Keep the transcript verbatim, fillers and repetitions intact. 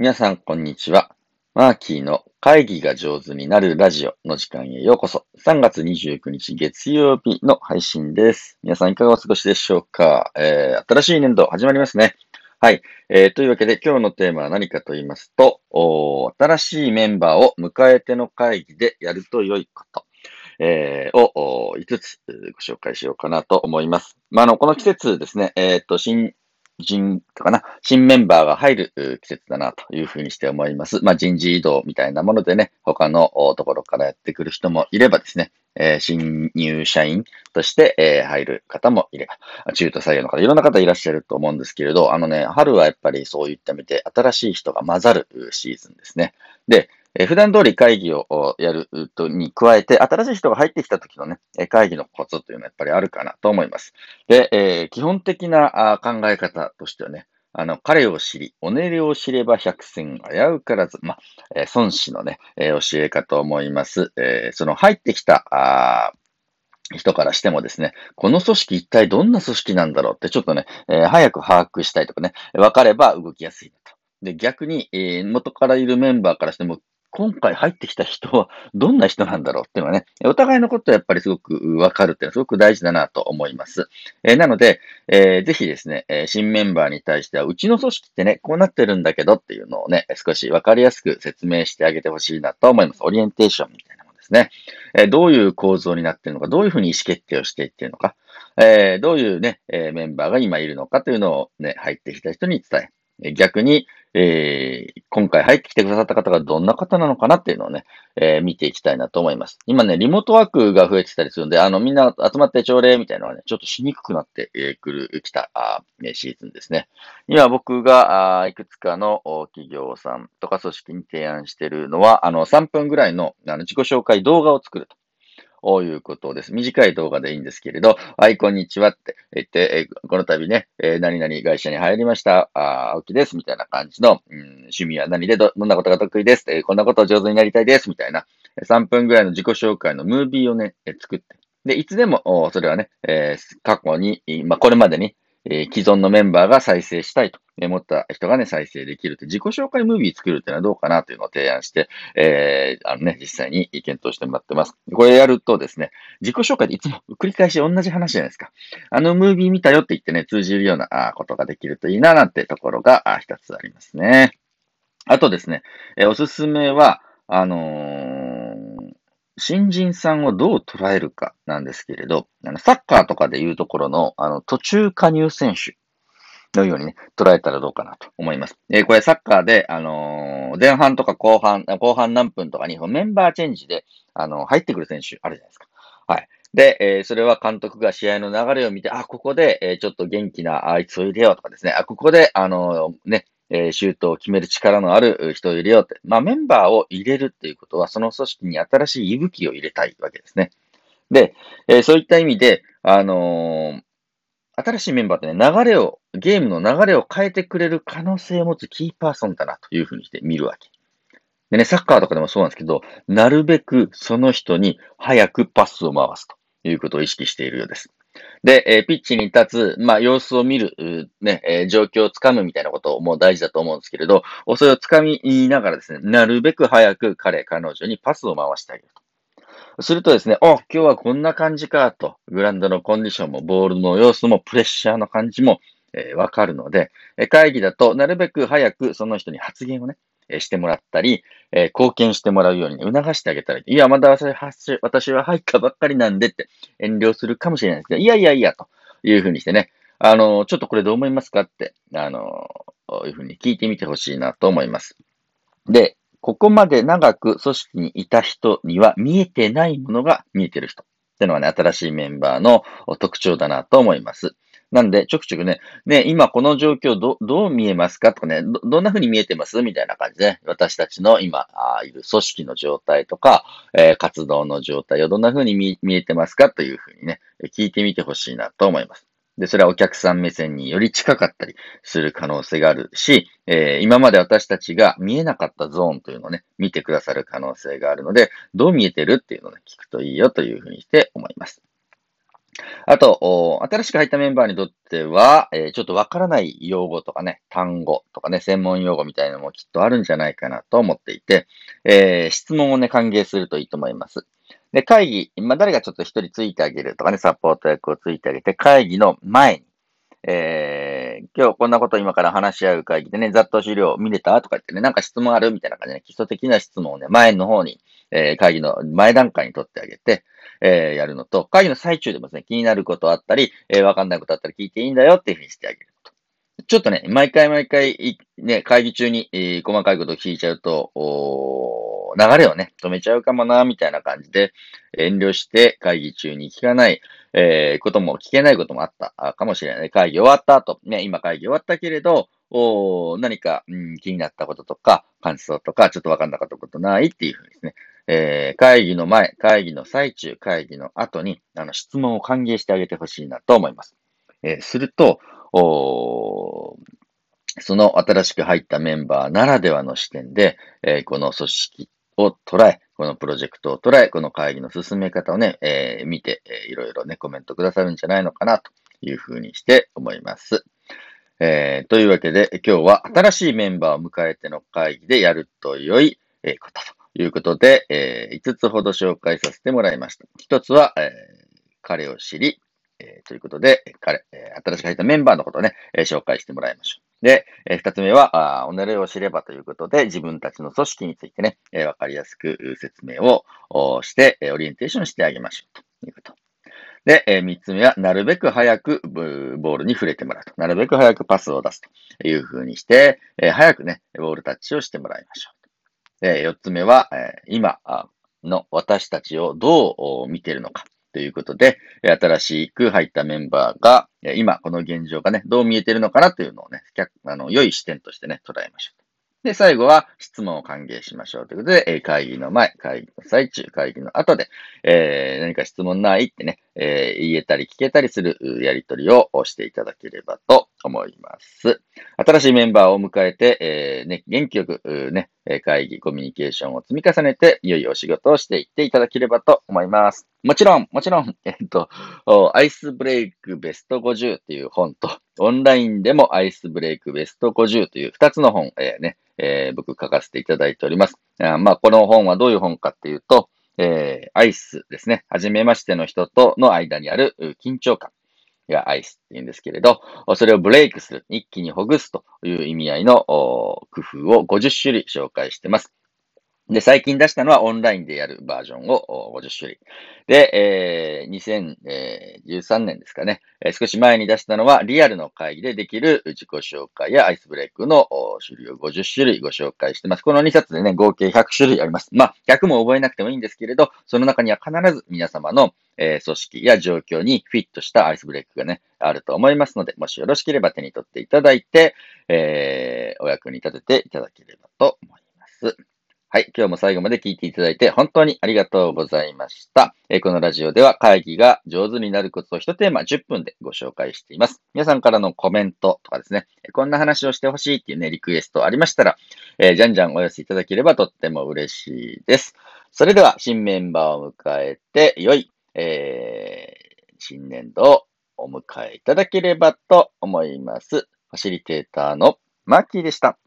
皆さん、こんにちは。マーキーの会議が上手になるラジオの時間へようこそ。さんがつにじゅうくにち月曜日の配信です。皆さんいかがお過ごしでしょうか。えー、新しい年度始まりますね。はい。えー、というわけで今日のテーマは何かと言いますと、おー新しいメンバーを迎えての会議でやると良いこと。えーをいつつご紹介しようかなと思います。まあ、あの、この季節ですね、えっと、新人とかな、新メンバーが入るう季節だなというふうにして思います。まあ、人事異動みたいなものでね、他のおところからやってくる人もいればですね、えー新入社員として、えー入る方もいれば、中途採用の方、いろんな方いらっしゃると思うんですけれど、あのね、春はやっぱりそういった意味で新しい人が混ざるうシーズンですね。で、えー普段通り会議をおやるとに加えて、新しい人が入ってきた時のね、えー会議のコツというのはやっぱりあるかなと思います。で、えー基本的なあ考え方としてはね、あの、彼を知り、おねれを知れば百戦危うからず、まあ、えー孫子のね、えー教えかと思います。えーその入ってきた、あー人からしてもですね、この組織一体どんな組織なんだろうってちょっとね、えー早く把握したいとかね、分かれば動きやすいなと。で、逆に、えー元からいるメンバーからしても、今回入ってきた人はどんな人なんだろうっていうのはね、お互いのことはやっぱりすごく分かるっていうのはすごく大事だなと思います。えーなので、えーぜひですね、えー新メンバーに対しては、うちの組織ってね、こうなってるんだけどっていうのをね、少し分かりやすく説明してあげてほしいなと思います。オリエンテーションみたいなものですね。えーどういう構造になっているのか、どういうふうに意思決定をしていっているのか、えーどういうね、えーメンバーが今いるのかというのをね、入ってきた人に伝え、えー逆に、えー今回入ってきてくださった方がどんな方なのかなっていうのをね、えー見ていきたいなと思います。今ね、リモートワークが増えてたりするんで、あの、みんな集まって朝礼みたいなのはね、ちょっとしにくくなってえーくる、きた、あーねシーズンですね。今僕が、あーいくつかのお企業さんとか組織に提案しているのは、あの、さんぷんぐらいのあの自己紹介動画を作ると。こういうことです。短い動画でいいんですけれど、はい、こんにちはって言って、えーこの度ね、えー何々会社に入りました、あー青木です、みたいな感じの、うん、趣味は何でど、どんなことが得意です、えーこんなことを上手になりたいです、みたいな、えーさんぷんぐらいの自己紹介のムービーをね、えー作って、で、いつでも、おそれはね、えー過去に、いまあ、これまでに、えー既存のメンバーが再生したいと思った人がね、再生できるって、自己紹介ムービー作るっていうのはどうかなというのを提案して、えー、あのね、実際に検討してもらってます。これやるとですね、自己紹介でいつも繰り返し同じ話じゃないですか。あのムービー見たよって言ってね、通じるようなあことができるといいななんてところがあ一つありますね。あとですね、えーおすすめは、あのー新人さんをどう捉えるかなんですけれど、あのサッカーとかでいうところの、あの、途中加入選手のようにね、捉えたらどうかなと思います。えーこれサッカーで、あのー前半とか後半、後半何分とかにメンバーチェンジで、あのー入ってくる選手あるじゃないですか。はい。で、えーそれは監督が試合の流れを見て、あ、ここで、えーちょっと元気なあいつを入れようとかですね、あ、ここで、あのーね、えーシュートを決める力のある人を入れようって。まあ、メンバーを入れるっていうことは、その組織に新しい息吹を入れたいわけですね。で、えーそういった意味で、あのー新しいメンバーってね、流れを、ゲームの流れを変えてくれる可能性を持つキーパーソンだなというふうにして見るわけ。でね、サッカーとかでもそうなんですけど、なるべくその人に早くパスを回すということを意識しているようです。で、えーピッチに立つ、まあ、様子を見る、うね、えー状況をつかむみたいなことも大事だと思うんですけれど、それをつかみながらですね、なるべく早く彼、彼女にパスを回してあげると。するとですね、お、今日はこんな感じかと、グラウンドのコンディションも、ボールの様子も、プレッシャーの感じも、えーわかるので、えー会議だと、なるべく早くその人に発言をね、えーしてもらったり、えー貢献してもらうようにね、促してあげたり、いや、まだ私私私は入ったばっかりなんでって遠慮するかもしれないですけど、いやいやいや、というふうにしてね、あの、ちょっとこれどう思いますかって、あの、いうふうに聞いてみてほしいなと思います。で、ここまで長く組織にいた人には見えてないものが見えてる人ってのはね、新しいメンバーの特徴だなと思います。なんで、ちょくちょくね、ね、今この状況ど、どう見えますかとかね、ど、どんな風に見えてますみたいな感じで、私たちの今あいる組織の状態とか、えー活動の状態をどんな風に見、見えてますかという風にね、聞いてみてほしいなと思います。で、それはお客さん目線により近かったりする可能性があるし、えー今まで私たちが見えなかったゾーンというのをね、見てくださる可能性があるので、どう見えてるっていうのをね、聞くといいよというふうにして思います。 あと、お新しく入ったメンバーにとっては、えーちょっとわからない用語とかね、単語とかね、専門用語みたいなのもきっとあるんじゃないかなと思っていて、えー質問をね、歓迎するといいと思います。で、会議、まあ、誰がちょっと一人ついてあげるとかね、サポート役をついてあげて、会議の前に、えー、今日こんなこと今から話し合う会議でね、ざっと資料見れたとか言ってね、なんか質問あるみたいな感じで、ね、基礎的な質問をね、前の方に、えー、会議の前段階に取ってあげて、えー、やるのと、会議の最中でもですね、気になることあったり、えー、わかんないことあったら聞いていいんだよっていうふうにしてあげると。ちょっとね、毎回毎回、いね、会議中に、えー細かいことを聞いちゃうと、おー流れをね、止めちゃうかもな、みたいな感じで、遠慮して会議中に聞かない、えーことも、聞けないこともあったあかもしれない。会議終わった後、ね、今会議終わったけれど、おー何か、うん、気になったこととか、感想とか、ちょっとわかんなかったことないっていうふうにですね、えー会議の前、会議の最中、会議の後に、あの、質問を歓迎してあげてほしいなと思います。えーすると、おその新しく入ったメンバーならではの視点で、えーこの組織を捉え、このプロジェクトを捉え、この会議の進め方をね、えー見て、えーいろいろね、コメントくださるんじゃないのかなというふうにして思います。えーというわけで、今日は新しいメンバーを迎えての会議でやると良いえーことということで、えーいつつほど紹介させてもらいました。ひとつは、えー彼を知り、えーということで、彼、えー新しく入ったメンバーのことをね、えー紹介してもらいましょう。で、えー二つ目は、あ己を知ればということで、自分たちの組織についてね、えーわかりやすくう説明をおして、えーオリエンテーションしてあげましょうということ。で、えー三つ目は、なるべく早くブボールに触れてもらうと。なるべく早くパスを出すというふうにして、えー早くね、ボールタッチをしてもらいましょう。で、四つ目は、えー今あの私たちをどうお見ているのかということで、えー新しく入ったメンバーが、えー今この現状がね、どう見えているのかなというのをね、客あの良い視点としてね、捉えましょう。で、最後は質問を歓迎しましょうということで、えー会議の前、会議の最中、会議の後で、えー何か質問ないってね、えー言えたり聞けたりするうやりとりをしていただければと思います。新しいメンバーを迎えて、えーね、元気よく、うね、えー会議、コミュニケーションを積み重ねて、いよいよお仕事をしていっていただければと思います。もちろん、もちろん、えっと、おアイスブレイクベストごじゅうっていう本と、オンラインでもアイスブレイクベストごじゅうというふたつの本、えーね、えー僕書かせていただいております。あまあ、この本はどういう本かっていうと、えーアイスですね。はじめましての人との間にあるう緊張感がアイスって言うんですけれど、それをブレイクする、一気にほぐすという意味合いのお工夫をごじゅっ種類紹介しています。で、最近出したのはオンラインでやるバージョンをおごじゅっ種類。で、えーにせんじゅうさんねんですかね、えー少し前に出したのはリアルの会議でできる自己紹介やアイスブレイクのお種類をごじゅっ種類ご紹介してます。このにさつでね、合計ひゃく種類あります。まあ、ひゃくも覚えなくてもいいんですけれど、その中には必ず皆様の、えー組織や状況にフィットしたアイスブレイクがね、あると思いますので、もしよろしければ手に取っていただいて、えーお役に立てていただければと思います。はい。今日も最後まで聞いていただいて本当にありがとうございました。えーこのラジオでは会議が上手になるコツを一テーマじゅっぷんでご紹介しています。皆さんからのコメントとかですね、こんな話をしてほしいっていうね、リクエストありましたら、えーじゃんじゃんお寄せいただければとっても嬉しいです。それでは、新メンバーを迎えて、良い、えー新年度をお迎えいただければと思います。ファシリテーターのマッキーでした。